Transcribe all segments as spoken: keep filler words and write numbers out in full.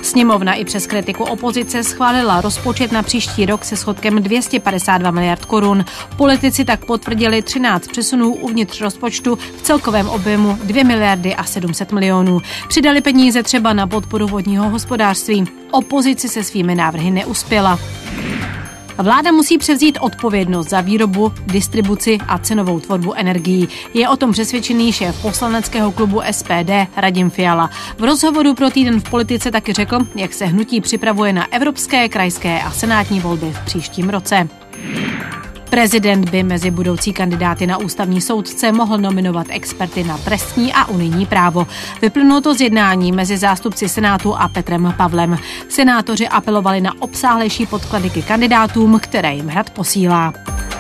Sněmovna i přes kritiku opozice schválila rozpočet na příští rok se schodkem dvě stě padesát dva miliard korun. Politici tak potvrdili třináct přesunů uvnitř rozpočtu v celkovém objemu dvě miliardy a sedm set milionů. Přidali peníze třeba na podporu vodního hospodářství. Opozici se svými návrhy neuspěla. Vláda musí převzít odpovědnost za výrobu, distribuci a cenovou tvorbu energií. Je o tom přesvědčený šéf poslaneckého klubu S P D Radim Fiala. V rozhovoru pro Týden v politice taky řekl, jak se hnutí připravuje na evropské, krajské a senátní volby v příštím roce. Prezident by mezi budoucí kandidáty na ústavní soudce mohl nominovat experty na trestní a unijní právo. Vyplynulo to z jednání mezi zástupci Senátu a Petrem Pavlem. Senátoři apelovali na obsáhlejší podklady k kandidátům, které jim Hrad posílá.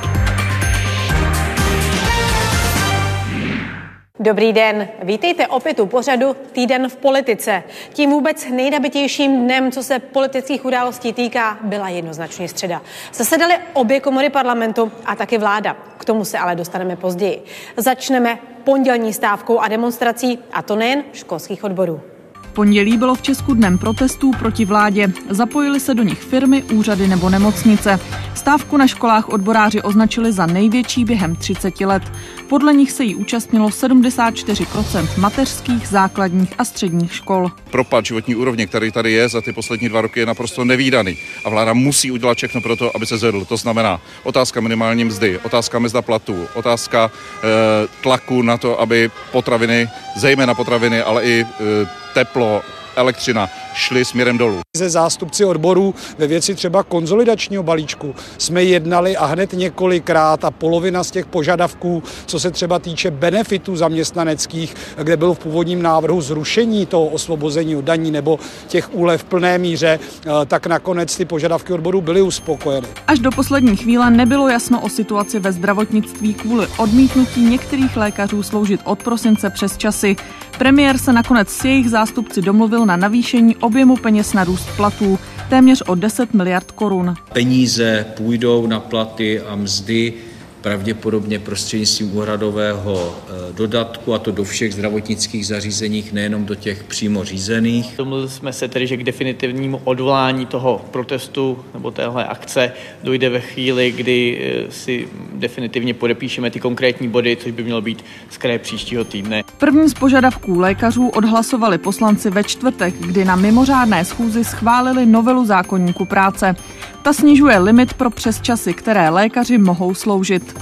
Dobrý den, vítejte opět u pořadu Týden v politice. Tím vůbec nejnabitějším dnem, co se politických událostí týká, byla jednoznačně středa. Zasedaly obě komory parlamentu a taky vláda. K tomu se ale dostaneme později. Začneme pondělní stávkou a demonstrací, a to nejen školských odborů. Pondělí bylo v Česku dnem protestů proti vládě. Zapojily se do nich firmy, úřady nebo nemocnice. Stávku na školách odboráři označili za největší během třiceti let. Podle nich se jí účastnilo sedmdesát čtyři procent mateřských, základních a středních škol. Propad životní úrovně, který tady je za ty poslední dva roky, je naprosto nevídaný. A vláda musí udělat všechno pro to, aby se zvedl. To znamená otázka minimální mzdy, otázka mezda platů, otázka e, tlaku na to, aby potraviny, zejména potraviny, ale i e, teplo, elektřina šli směrem dolů. Se zástupci odborů ve věci třeba konsolidačního balíčku jsme jednali a hned několikrát a polovina z těch požadavků, co se třeba týče benefitů zaměstnaneckých, kde bylo v původním návrhu zrušení toho osvobození od daní nebo těch úlev v plné míře, tak nakonec ty požadavky odborů byly uspokojeny. Až do poslední chvíle nebylo jasno o situaci ve zdravotnictví kvůli odmítnutí některých lékařů sloužit od prosince přes časy. Premiér se nakonec s jejich zástupci domluvil na navýšení objemu peněz na růst platů téměř o deset miliard korun. Peníze půjdou na platy a mzdy pravděpodobně prostřednictvím úhradového dodatku, a to do všech zdravotnických zařízeních, nejenom do těch přímo řízených. Domluvili jsme se tedy, že k definitivnímu odvolání toho protestu nebo téhle akce dojde ve chvíli, kdy si definitivně podepíšeme ty konkrétní body, což by mělo být z kraje příštího týdne. První z požadavků lékařů odhlasovali poslanci ve čtvrtek, kdy na mimořádné schůzi schválili novelu zákoníku práce. Ta snižuje limit pro přesčasy, které lékaři mohou sloužit.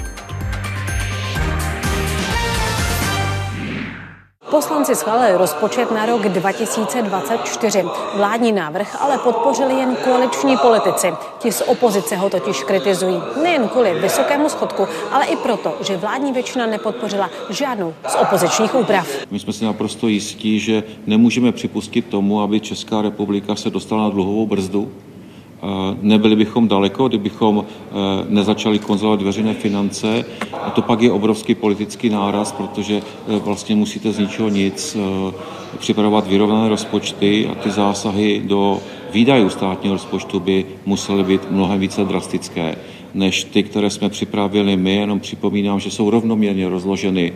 Poslanci schválili rozpočet na rok dva tisíce dvacet čtyři. Vládní návrh ale podpořili jen koaliční politici. Ti z opozice ho totiž kritizují. Nejen kvůli vysokému schodku, ale i proto, že vládní většina nepodpořila žádnou z opozičních úprav. My jsme si naprosto jistí, že nemůžeme připustit tomu, aby Česká republika se dostala na dluhovou brzdu. Nebyli bychom daleko, kdybychom nezačali konzolidovat veřejné finance. A to pak je obrovský politický náraz, protože vlastně musíte z ničeho nic připravovat vyrovnané rozpočty a ty zásahy do výdajů státního rozpočtu by musely být mnohem více drastické než ty, které jsme připravili my. Jenom připomínám, že jsou rovnoměrně rozloženy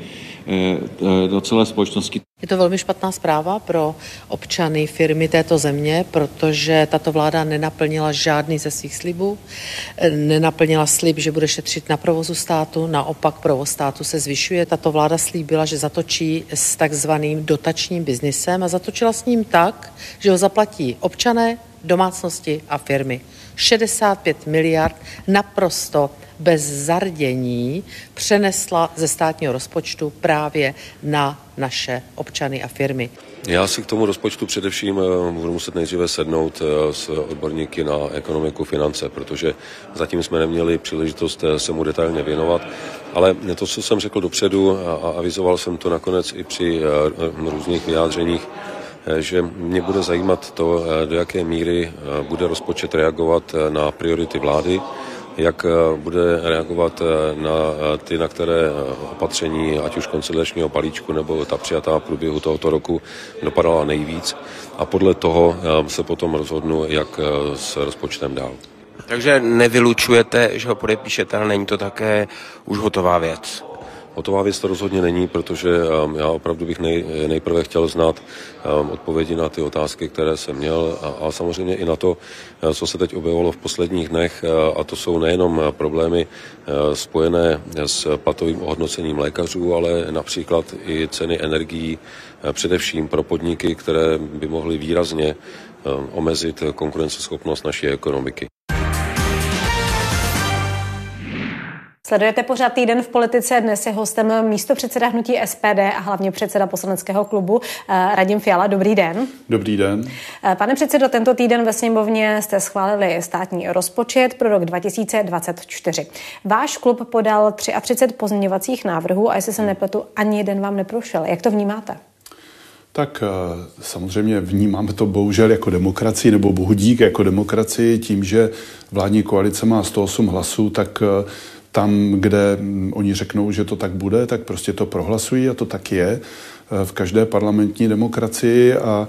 do celé společnosti. Je to velmi špatná zpráva pro občany, firmy této země, protože tato vláda nenaplnila žádný ze svých slibů. Nenaplnila slib, že bude šetřit na provozu státu, naopak provoz státu se zvyšuje. Tato vláda slíbila, že zatočí s takzvaným dotačním biznisem a zatočila s ním tak, že ho zaplatí občané, domácnosti a firmy. šedesát pět miliard naprosto bez zardění přenesla ze státního rozpočtu právě na naše občany a firmy. Já si k tomu rozpočtu především budu muset nejdříve sednout s odborníky na ekonomiku, finance, protože zatím jsme neměli příležitost se mu detailně věnovat. Ale to, co jsem řekl dopředu a avizoval jsem to nakonec i při různých vyjádřeních, že mě bude zajímat to, do jaké míry bude rozpočet reagovat na priority vlády, jak bude reagovat na ty, na které opatření, ať už konsolidačního balíčku nebo ta přijatá v průběhu tohoto roku dopadala nejvíc. A podle toho se potom rozhodnu, jak s rozpočtem dál. Takže nevylučujete, že ho podepíšete, ale není to také už hotová věc? Hotová věc to rozhodně není, protože já opravdu bych nej, nejprve chtěl znát odpovědi na ty otázky, které jsem měl a, a samozřejmě i na to, co se teď objevilo v posledních dnech, a to jsou nejenom problémy spojené s platovým ohodnocením lékařů, ale například i ceny energií, především pro podniky, které by mohly výrazně omezit konkurenceschopnost naší ekonomiky. Sledujete pořád Týden v politice. Dnes je hostem místopředseda hnutí S P D a hlavně předseda poslaneckého klubu Radim Fiala. Dobrý den. Dobrý den. Pane předsedo, tento týden ve sněmovně jste schválili státní rozpočet pro rok dva tisíce dvacet čtyři. Váš klub podal třicet tři pozměňovacích návrhů a jestli se nepletu, ani jeden vám neprošel. Jak to vnímáte? Tak samozřejmě vnímáme to bohužel jako demokracii, nebo bohudík jako demokracii, tím, že vládní koalice má sto osm hlasů, tak tam, kde oni řeknou, že to tak bude, tak prostě to prohlasují a to tak je v každé parlamentní demokracii a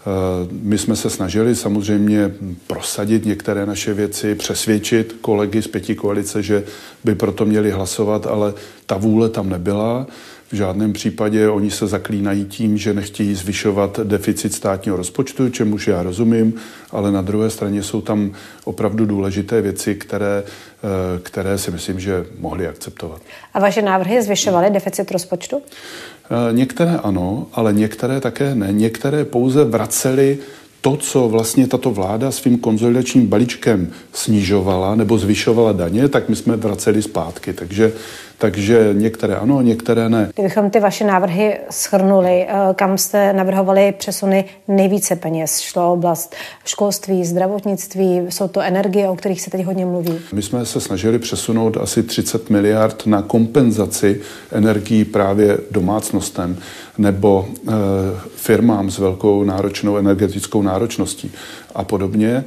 my jsme se snažili samozřejmě prosadit některé naše věci, přesvědčit kolegy z pěti koalice, že by proto měli hlasovat, ale ta vůle tam nebyla. V žádném případě oni se zaklínají tím, že nechtějí zvyšovat deficit státního rozpočtu, čemuž já rozumím, ale na druhé straně jsou tam opravdu důležité věci, které, které si myslím, že mohli akceptovat. A vaše návrhy zvyšovaly deficit rozpočtu? Některé ano, ale některé také ne. Některé pouze vracely to, co vlastně tato vláda svým konsolidačním balíčkem snižovala nebo zvyšovala daně, tak my jsme vraceli zpátky. Takže, takže některé ano, některé ne. Kdybychom ty vaše návrhy shrnuli, kam jste navrhovali přesuny nejvíce peněz? Šlo oblast školství, zdravotnictví, jsou to energie, o kterých se teď hodně mluví? My jsme se snažili přesunout asi třicet miliard na kompenzaci energií právě domácnostem nebo e, firmám s velkou náročnou energetickou náročností a podobně.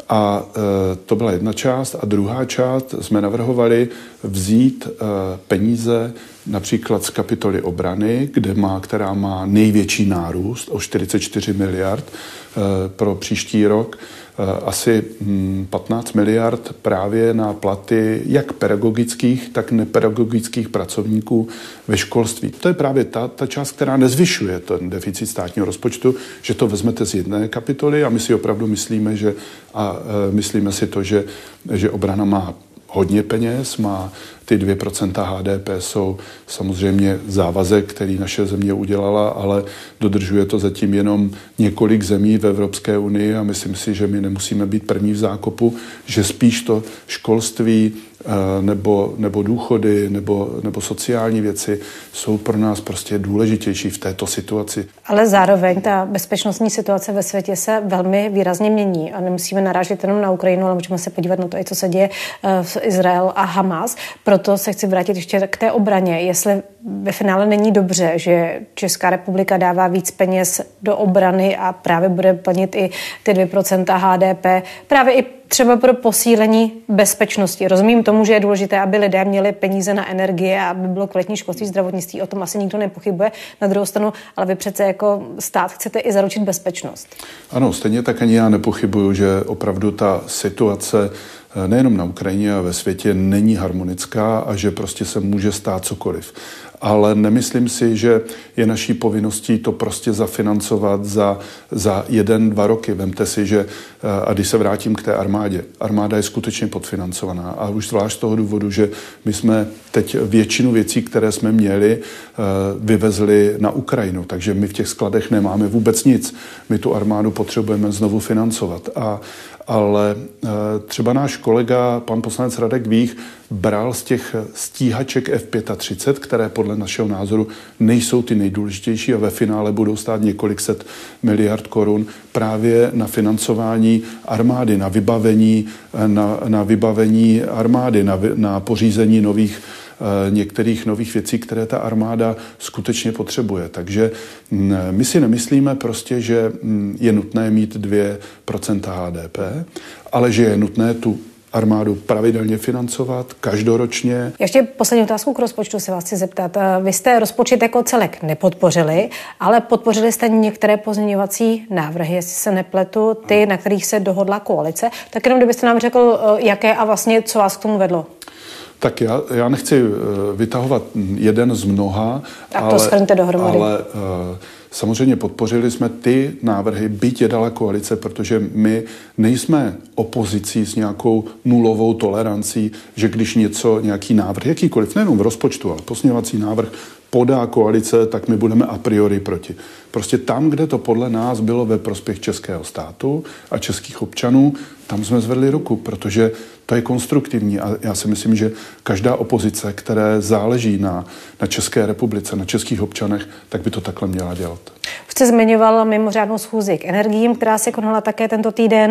A e, to byla jedna část. A druhá část jsme navrhovali vzít e, peníze například z kapitoly obrany, kde má, která má největší nárůst o čtyřicet čtyři miliard e, pro příští rok. E, asi hm, patnáct miliard právě na platy jak pedagogických, tak nepedagogických pracovníků ve školství. To je právě ta, ta část, která nezvyšuje ten deficit státního rozpočtu, že to vezmete z jedné kapitoly a my si opravdu myslíme, že a e, myslíme si to, že, že obrana má hodně peněz, má ty dvě procenta H D P jsou samozřejmě závazek, který naše země udělala, ale dodržuje to zatím jenom několik zemí v Evropské unii a myslím si, že my nemusíme být první v zákopu, že spíš to školství nebo, nebo důchody nebo, nebo sociální věci jsou pro nás prostě důležitější v této situaci. Ale zároveň ta bezpečnostní situace ve světě se velmi výrazně mění a nemusíme narážet jenom na Ukrajinu, ale můžeme se podívat na to, i co se děje v Izrael a Hamas. Proto se chci vrátit ještě k té obraně. Jestli ve finále není dobře, že Česká republika dává víc peněz do obrany a právě bude plnit i ty dvě procenta H D P, právě i třeba pro posílení bezpečnosti. Rozumím tomu, že je důležité, aby lidé měli peníze na energie a aby bylo kvalitní školství, zdravotnictví, o tom asi nikdo nepochybuje. Na druhou stranu, ale vy přece jako stát chcete i zaručit bezpečnost. Ano, stejně tak ani já nepochybuju, že opravdu ta situace nejenom na Ukrajině a ve světě není harmonická a že prostě se může stát cokoliv. Ale nemyslím si, že je naší povinností to prostě zafinancovat za, za jeden, dva roky. Vemte si, že, a když se vrátím k té armádě, armáda je skutečně podfinancovaná a už zvlášť z toho důvodu, že my jsme teď většinu věcí, které jsme měli, vyvezli na Ukrajinu, takže my v těch skladech nemáme vůbec nic. My tu armádu potřebujeme znovu financovat a ale třeba náš kolega, pan poslanec Radek Vích, bral z těch stíhaček F třicet pět, které podle našeho názoru nejsou ty nejdůležitější a ve finále budou stát několik set miliard korun právě na financování armády, na vybavení, na, na vybavení armády, na, na pořízení nových některých nových věcí, které ta armáda skutečně potřebuje. Takže my si nemyslíme prostě, že je nutné mít dvě procenta H D P, ale že je nutné tu armádu pravidelně financovat, každoročně. Ještě poslední otázku k rozpočtu se vás chci zeptat. Vy jste rozpočet jako celek nepodpořili, ale podpořili jste některé pozměňovací návrhy, jestli se nepletu, ty, na kterých se dohodla koalice. Tak jenom kdybyste nám řekl, jaké a vlastně co vás k tomu vedlo. Tak já, já nechci vytahovat jeden z mnoha, tak to ale, shrňte dohromady. ale samozřejmě podpořili jsme ty návrhy, byť je dala koalice, protože my nejsme opozicí s nějakou nulovou tolerancí, že když něco, nějaký návrh, jakýkoliv, nejenom v rozpočtu, ale pozměňovací návrh podá koalice, tak my budeme a priori proti. Prostě tam, kde to podle nás bylo ve prospěch českého státu a českých občanů, tam jsme zvedli ruku, protože to je konstruktivní a já si myslím, že každá opozice, které záleží na, na České republice, na českých občanech, tak by to takhle měla dělat. Jste zmiňoval mimořádnou schůzi k energiím, která se konala také tento týden.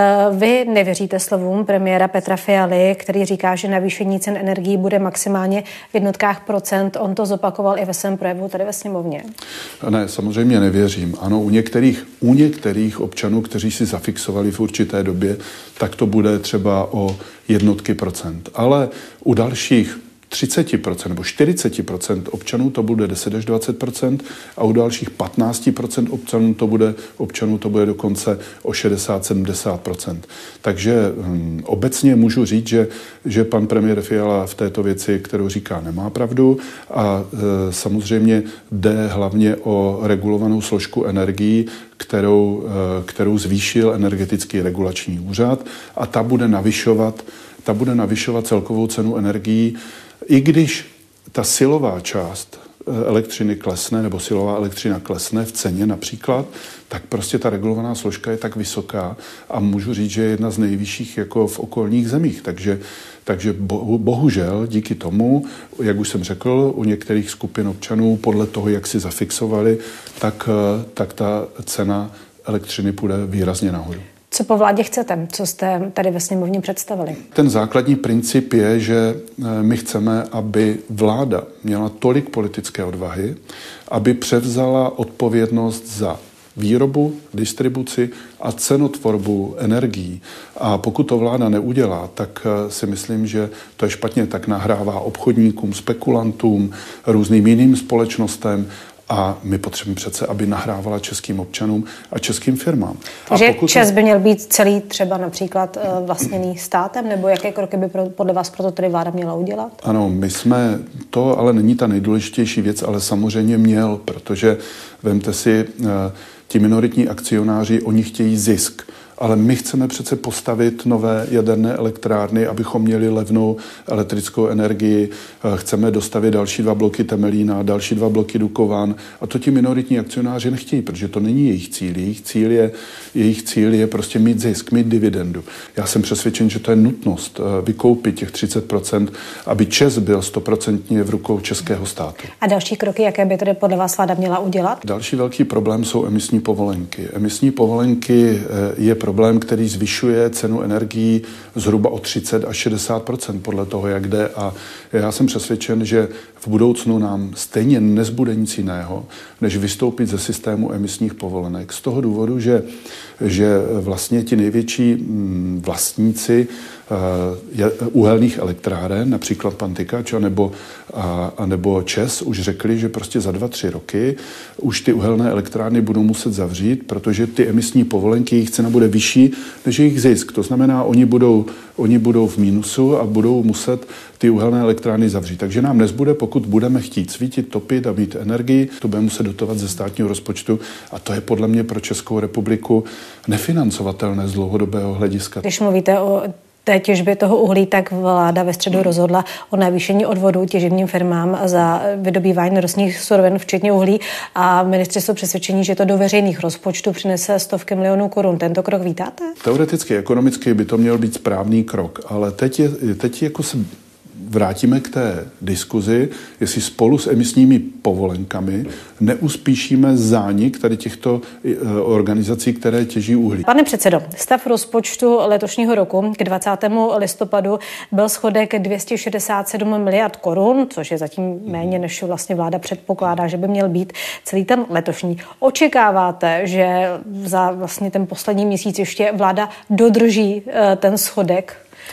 Vy nevěříte slovům premiéra Petra Fialy, který říká, že navýšení cen energií bude maximálně v jednotkách procent. On to zopakoval i ve svém projevu tady ve sněmovně. Ne, samozřejmě nevěřím. Ano, u některých, u některých občanů, kteří si zafixovali v určité době, tak to bude třeba o jednotky procent. Ale u dalších třicet procent nebo čtyřicet procent občanů to bude deset až dvacet procent a u dalších patnáct procent občanů to bude, občanů to bude dokonce o šedesát až sedmdesát procent. Takže hm, obecně můžu říct, že, že pan premiér Fiala v této věci, kterou říká, nemá pravdu a e, samozřejmě jde hlavně o regulovanou složku energií, kterou, e, kterou zvýšil Energetický regulační úřad a ta bude navyšovat, ta bude navyšovat celkovou cenu energií. I když ta silová část elektřiny klesne, nebo silová elektřina klesne v ceně například, tak prostě ta regulovaná složka je tak vysoká a můžu říct, že je jedna z nejvyšších jako v okolních zemích. Takže, takže bohu, bohužel díky tomu, jak už jsem řekl, u některých skupin občanů podle toho, jak si zafixovali, tak, tak ta cena elektřiny půjde výrazně nahoru. Co po vládě chcete? Co jste tady ve sněmovně představili? Ten základní princip je, že my chceme, aby vláda měla tolik politické odvahy, aby převzala odpovědnost za výrobu, distribuci a cenotvorbu energií. A pokud to vláda neudělá, tak si myslím, že to je špatně, tak nahrává obchodníkům, spekulantům, různým jiným společnostem. A my potřebujeme přece, aby nahrávala českým občanům a českým firmám. Takže ČEZ by měl být celý třeba například vlastněný státem, nebo jaké kroky by podle vás proto tedy vláda měla udělat? Ano, my jsme, to ale není ta nejdůležitější věc, ale samozřejmě měl, protože vemte si, ti minoritní akcionáři, oni chtějí zisk. Ale my chceme přece postavit nové jaderné elektrárny, abychom měli levnou elektrickou energii. Chceme dostavit další dva bloky Temelína, další dva bloky Dukovan. A to ti minoritní akcionáři nechtějí, protože to není jejich cíl. Jejich cíl je, jejich cíl je prostě mít zisk, mít dividendu. Já jsem přesvědčen, že to je nutnost vykoupit těch třicet procent, aby ČEZ byl stoprocentně v rukou českého státu. A další kroky, jaké by tedy podle vás vláda měla udělat? Další velký problém jsou emisní povolenky. Emisní povolenky je problém, který zvyšuje cenu energií zhruba o třicet až šedesát procent podle toho, jak jde. A já jsem přesvědčen, že v budoucnu nám stejně nezbude nic jiného, než vystoupit ze systému emisních povolenek. Z toho důvodu, že, že vlastně ti největší vlastníci uhelných elektráren, například pan Tykač anebo, a, a nebo ČEZ, už řekli, že prostě za dva, tři roky už ty uhelné elektrárny budou muset zavřít, protože ty emisní povolenky, jejich cena bude vyšší než jejich zisk. To znamená, oni budou, oni budou v mínusu a budou muset ty uhelné elektrárny zavřít. Takže nám nezbude, pokud budeme chtít svítit, topit a mít energii, to budeme muset dotovat ze státního rozpočtu a to je podle mě pro Českou republiku nefinancovatelné z dlouhodobého hlediska. Když mluvíte o té těžbě toho uhlí, tak vláda ve středu rozhodla o navýšení odvodů těžebním firmám za vydobývání nerostných surovin, včetně uhlí, a ministři jsou přesvědčeni, že to do veřejných rozpočtů přinese stovky milionů korun. Tento krok vítáte? Teoreticky, ekonomicky by to měl být správný krok, ale teď, je, teď jako se vrátíme k té diskuzi, jestli spolu s emisními povolenkami neuspíšíme zánik tady těchto organizací, které těží uhlí. Pane předsedo, stav rozpočtu letošního roku k dvacátému listopadu byl schodek dvě stě šedesát sedm miliard korun, což je zatím méně, než vlastně vláda předpokládá, že by měl být celý ten letošní. Očekáváte, že za vlastně ten poslední měsíc ještě vláda dodrží ten schodek?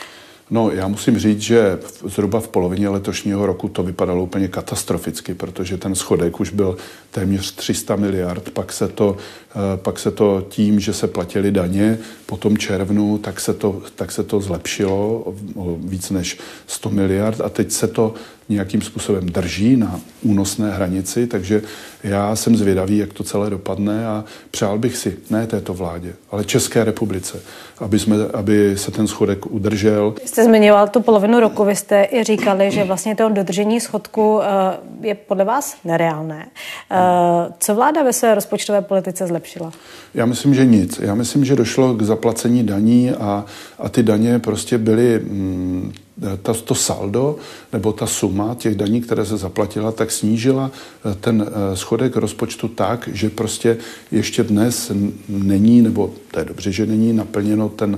No, já musím říct, že zhruba v polovině letošního roku to vypadalo úplně katastroficky, protože ten schodek už byl téměř tři sta miliard, pak se to, pak se to tím, že se platily daně po tom červnu, tak se to, tak se to zlepšilo o víc než sto miliard a teď se to nějakým způsobem drží na únosné hranici, takže já jsem zvědavý, jak to celé dopadne a přál bych si, ne této vládě, ale České republice, aby, jsme, aby se ten schodek udržel. Jste zmiňoval tu polovinu roku, vy jste i říkali, že vlastně to dodržení schodku je podle vás nereálné. Co vláda ve své rozpočtové politice zlepšila? Já myslím, že nic. Já myslím, že došlo k zaplacení daní a, a ty daně prostě byly... Mm, Ta, to saldo nebo ta suma těch daní, které se zaplatila, tak snížila ten schodek rozpočtu tak, že prostě ještě dnes není, nebo to je dobře, že není naplněno ten,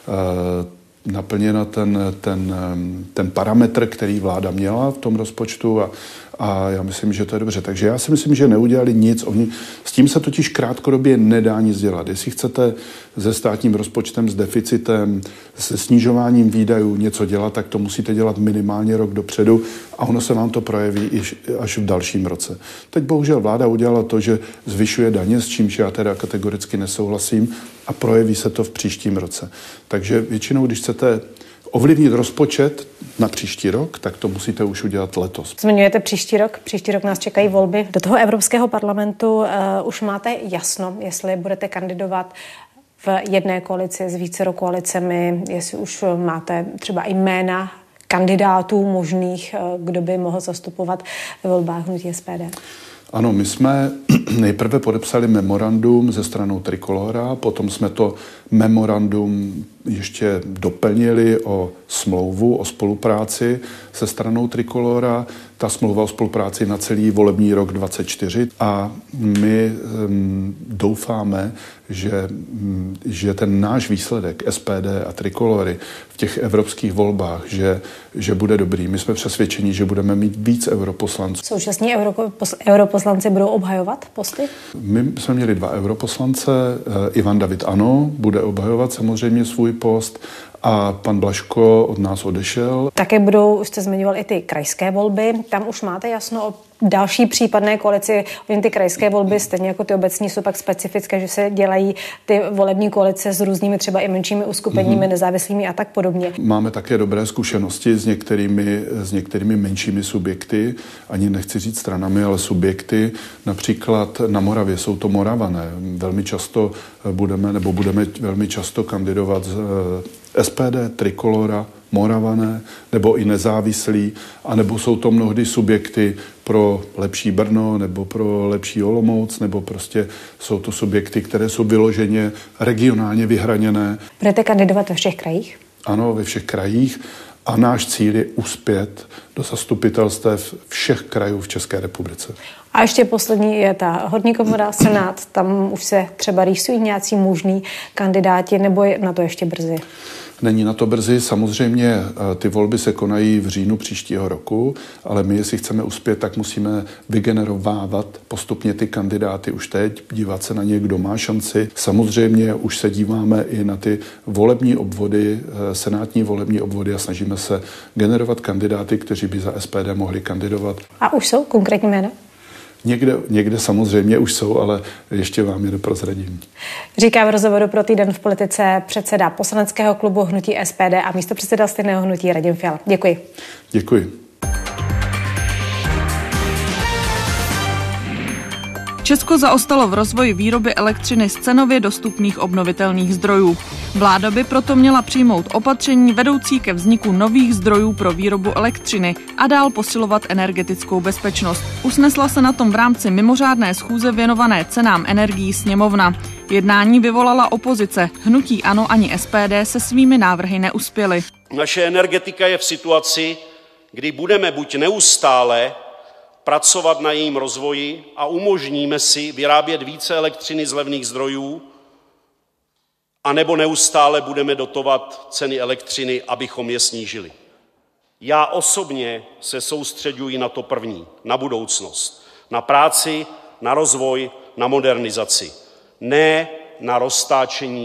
naplněno ten, ten, ten parametr, který vláda měla v tom rozpočtu a, a já myslím, že to je dobře. Takže já si myslím, že neudělali nic. Oni, s tím se totiž krátkodobě nedá nic dělat. Jestli chcete se státním rozpočtem, s deficitem, se snižováním výdajů něco dělat, tak to musíte dělat minimálně rok dopředu a ono se vám to projeví až v dalším roce. Teď bohužel vláda udělala to, že zvyšuje daně, s čímž já teda kategoricky nesouhlasím a projeví se to v příštím roce. Takže většinou, když chcete ovlivnit rozpočet na příští rok, tak to musíte už udělat letos. Zmiňujete příští rok. Příští rok nás čekají volby. Do toho Evropského parlamentu uh, už máte jasno, jestli budete kandidovat v jedné koalici s vícero koalicemi, jestli už máte třeba jména kandidátů možných, uh, kdo by mohl zastupovat ve volbách hnutí S P D. Ano, my jsme nejprve podepsali memorandum ze stranou Trikolora, potom jsme to memorandum ještě doplnili o smlouvu o spolupráci se stranou Trikolora. Ta smlouva o spolupráci na celý volební rok dvacet čtyři a my um, doufáme, že, um, že ten náš výsledek S P D a Trikolory v těch evropských volbách, že, že bude dobrý. My jsme přesvědčeni, že budeme mít víc europoslanců. Současní europoslanci budou obhajovat posty? My jsme měli dva europoslance. Ivan David ano, bude obhajovat samozřejmě svůj post a pan Blažko od nás odešel. Také budou, už jste zmiňoval, i ty krajské volby. Tam už máte jasno o další případné koalici. Oni ty krajské volby, stejně jako ty obecní, jsou pak specifické, že se dělají ty volební koalice s různými třeba i menšími uskupeními, mm-hmm. nezávislými a tak podobně. Máme také dobré zkušenosti s některými, s některými menšími subjekty, ani nechci říct stranami, ale subjekty. Například na Moravě jsou to Moravané. Velmi často budeme, nebo budeme velmi často kandidovat z S P D, Trikolora, Moravané, nebo i nezávislí, anebo jsou to mnohdy subjekty pro lepší Brno, nebo pro lepší Olomouc, nebo prostě jsou to subjekty, které jsou vyloženě regionálně vyhraněné. Budete kandidovat ve všech krajích? Ano, ve všech krajích a náš cíl je uspět do zastupitelstev všech krajů v České republice. A ještě poslední je ta horní komora, Senát, tam už se třeba rýsují nějací možný kandidáti, nebo je na to ještě brzy? Není na to brzy, samozřejmě ty volby se konají v říjnu příštího roku, ale my, jestli chceme uspět, tak musíme vygenerovávat postupně ty kandidáty už teď, dívat se na ně, kdo má šanci. Samozřejmě už se díváme i na ty volební obvody, senátní volební obvody a snažíme se generovat kandidáty, kteří by za S P D mohli kandidovat. A už jsou konkrétní jména? Někde, někde samozřejmě už jsou, ale ještě vám je neprozradím. Říká v rozhovoru pro Týden v politice předseda poslaneckého klubu hnutí S P D a místopředseda stejného hnutí Radim Fiala. Děkuji. Děkuji. Česko zaostalo v rozvoji výroby elektřiny z cenově dostupných obnovitelných zdrojů. Vláda by proto měla přijmout opatření vedoucí ke vzniku nových zdrojů pro výrobu elektřiny a dál posilovat energetickou bezpečnost. Usnesla se na tom v rámci mimořádné schůze věnované cenám energií sněmovna. Jednání vyvolala opozice. Hnutí ANO ani S P D se svými návrhy neuspěly. Naše energetika je v situaci, kdy budeme buď neustále pracovat na jejím rozvoji a umožníme si vyrábět více elektřiny z levných zdrojů, anebo neustále budeme dotovat ceny elektřiny, abychom je snížili. Já osobně se soustřeďuji na to první, na budoucnost, na práci, na rozvoj, na modernizaci, ne na roztáčení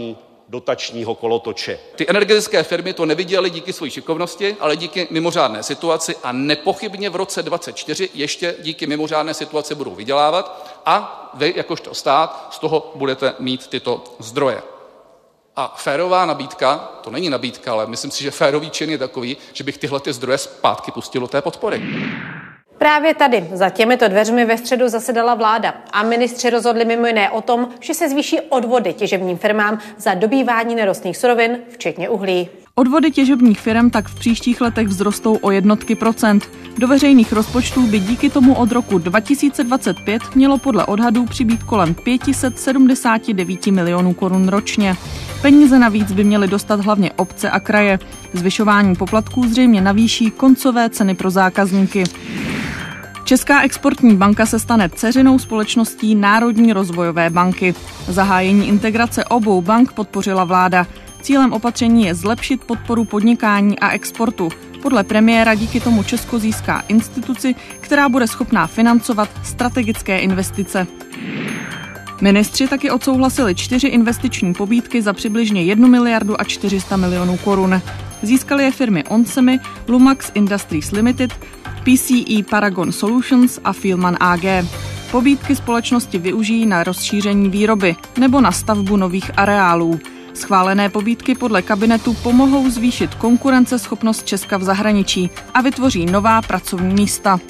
dotačního kolotoče. Ty energetické firmy to neviděly díky své šikovnosti, ale díky mimořádné situaci a nepochybně v roce dvacet čtyři ještě díky mimořádné situaci budou vydělávat a vy jakožto stát z toho budete mít tyto zdroje. A férová nabídka, to není nabídka, ale myslím si, že férový čin je takový, že bych tyhle ty zdroje zpátky pustil do té podpory. Právě tady, za těmito dveřmi ve středu zasedala vláda a ministři rozhodli mimo jiné o tom, že se zvýší odvody těžebním firmám za dobývání nerostných surovin, včetně uhlí. Odvody těžebních firm tak v příštích letech vzrostou o jednotky procent. Do veřejných rozpočtů by díky tomu od roku dva tisíce dvacet pět mělo podle odhadů přibýt kolem pět set sedmdesát devět milionů korun ročně. Peníze navíc by měly dostat hlavně obce a kraje. Zvyšování poplatků zřejmě navýší koncové ceny pro zákazníky. Česká exportní banka se stane dceřinou společností Národní rozvojové banky. Zahájení integrace obou bank podpořila vláda. Cílem opatření je zlepšit podporu podnikání a exportu. Podle premiéra díky tomu Česko získá instituci, která bude schopná financovat strategické investice. Ministři taky odsouhlasili čtyři investiční pobídky za přibližně jednu miliardu a čtyři sta milionů korun. Získaly je firmy Onsemi, Lumax Industries Limited, P C E Paragon Solutions a Fielmann A G. Pobídky společnosti využijí na rozšíření výroby nebo na stavbu nových areálů. Schválené pobídky podle kabinetu pomohou zvýšit konkurenceschopnost Česka v zahraničí a vytvoří nová pracovní místa.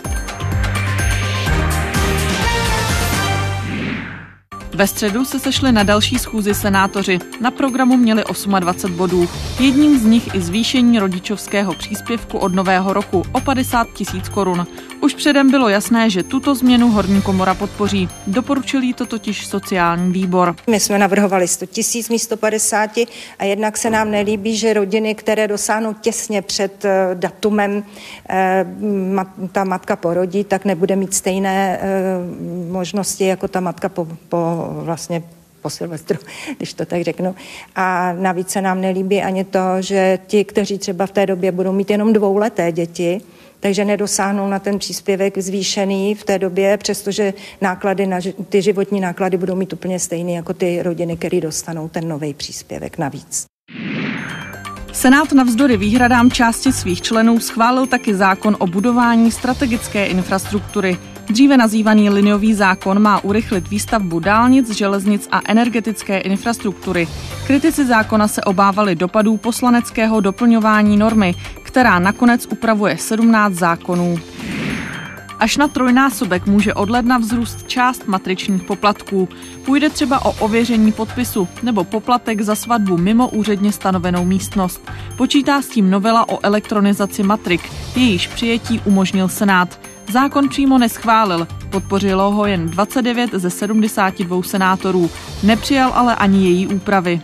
Ve středu se sešli na další schůzi senátoři. Na programu měli dvacet osm bodů. Jedním z nich i zvýšení rodičovského příspěvku od nového roku o padesát tisíc korun. Už předem bylo jasné, že tuto změnu horní komora podpoří. Doporučil jí to totiž sociální výbor. My jsme navrhovali sto tisíc místo padesát a jednak se nám nelíbí, že rodiny, které dosáhnou těsně před datumem, ta matka porodí, tak nebude mít stejné možnosti jako ta matka po, po vlastně po Silvestru, když to tak řeknu. A navíc se nám nelíbí ani to, že ti, kteří třeba v té době budou mít jenom dvouleté děti, takže nedosáhnou na ten příspěvek zvýšený v té době, přestože náklady na, ty životní náklady budou mít úplně stejný jako ty rodiny, které dostanou ten nový příspěvek navíc. Senát navzdory výhradám části svých členů schválil taky zákon o budování strategické infrastruktury. Dříve nazývaný liniový zákon má urychlit výstavbu dálnic, železnic a energetické infrastruktury. Kritici zákona se obávali dopadů poslaneckého doplňování normy, která nakonec upravuje sedmnáct zákonů. Až na trojnásobek může od ledna vzrůst část matričních poplatků. Půjde třeba o ověření podpisu nebo poplatek za svatbu mimo úředně stanovenou místnost. Počítá s tím novela o elektronizaci matrik, jejíž přijetí umožnil Senát. Zákon přímo neschválil, podpořilo ho jen dvacet devět ze sedmdesáti dvou senátorů, nepřijal ale ani její úpravy.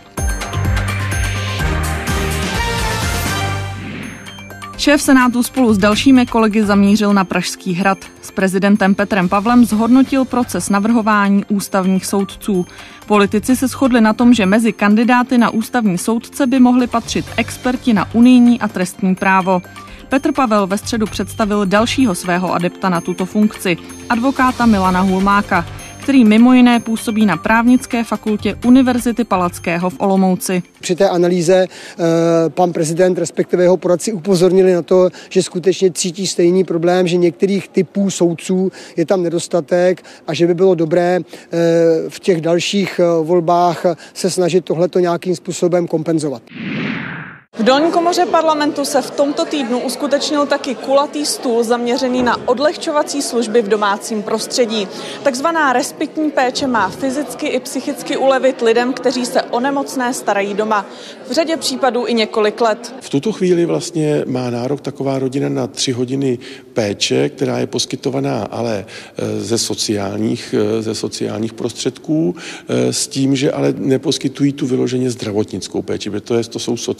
Šéf Senátu spolu s dalšími kolegy zamířil na Pražský hrad. S prezidentem Petrem Pavlem zhodnotil proces navrhování ústavních soudců. Politici se shodli na tom, že mezi kandidáty na ústavní soudce by mohli patřit experti na unijní a trestní právo. Petr Pavel ve středu představil dalšího svého adepta na tuto funkci, advokáta Milana Hulmáka, který mimo jiné působí na právnické fakultě Univerzity Palackého v Olomouci. Při té analýze pan prezident, respektive jeho poradci, upozornili na to, že skutečně cítí stejný problém, že některých typů soudců je tam nedostatek a že by bylo dobré v těch dalších volbách se snažit tohleto nějakým způsobem kompenzovat. V dolní komoře parlamentu se v tomto týdnu uskutečnil taky kulatý stůl zaměřený na odlehčovací služby v domácím prostředí. Takzvaná respektní péče má fyzicky i psychicky ulevit lidem, kteří se o nemocné starají doma. V řadě případů i několik let. V tuto chvíli vlastně má nárok taková rodina na tři hodiny péče, která je poskytovaná ale ze sociálních, ze sociálních prostředků, s tím, že ale neposkytují tu vyloženě zdravotnickou péči, protože to, je, to jsou sociální. To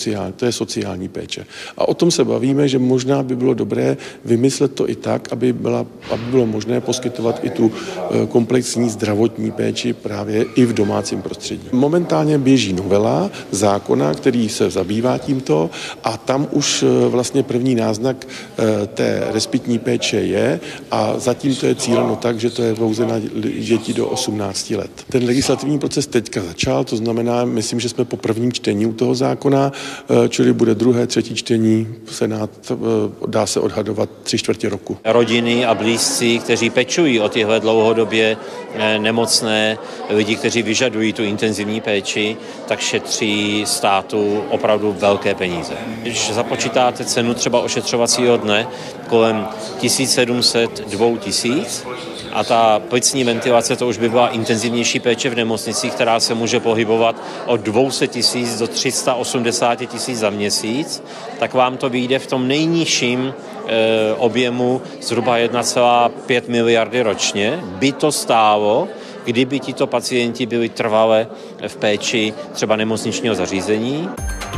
to je sociální péče. A o tom se bavíme, že možná by bylo dobré vymyslet to i tak, aby, byla, aby bylo možné poskytovat i tu komplexní zdravotní péči právě i v domácím prostředí. Momentálně běží novela zákona, který se zabývá tímto a tam už vlastně první náznak té respitní péče je a zatím to je cíleno tak, že to je pouze na děti do osmnácti let. Ten legislativní proces teďka začal, to znamená, myslím, že jsme po prvním čtení u toho zákona, čili bude druhé, třetí čtení, Senát dá se odhadovat tři čtvrtě roku. Rodiny a blízcí, kteří pečují o tyhle dlouhodobě nemocné lidi, kteří vyžadují tu intenzivní péči, tak šetří státu opravdu velké peníze. Když započítáte cenu třeba ošetřovacího dne kolem tisíc sedm set - dva tisíce a ta plicní ventilace, to už by byla intenzivnější péče v nemocnicích, která se může pohybovat od dvě stě tisíc do tři sta osmdesát tisíc za měsíc, tak vám to vyjde v tom nejnižším e, objemu zhruba jedna celá pět miliardy ročně. By to stálo, kdyby tito pacienti byli trvale v péči třeba nemocničního zařízení.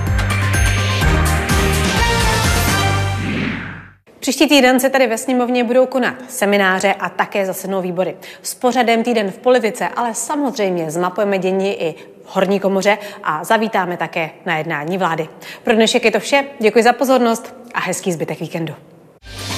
Příští týden se tady ve sněmovně budou konat semináře a také zasednou výbory. S pořadem Týden v politice, ale samozřejmě zmapujeme dění i v horní komoře a zavítáme také na jednání vlády. Pro dnešek je to vše, děkuji za pozornost a hezký zbytek víkendu.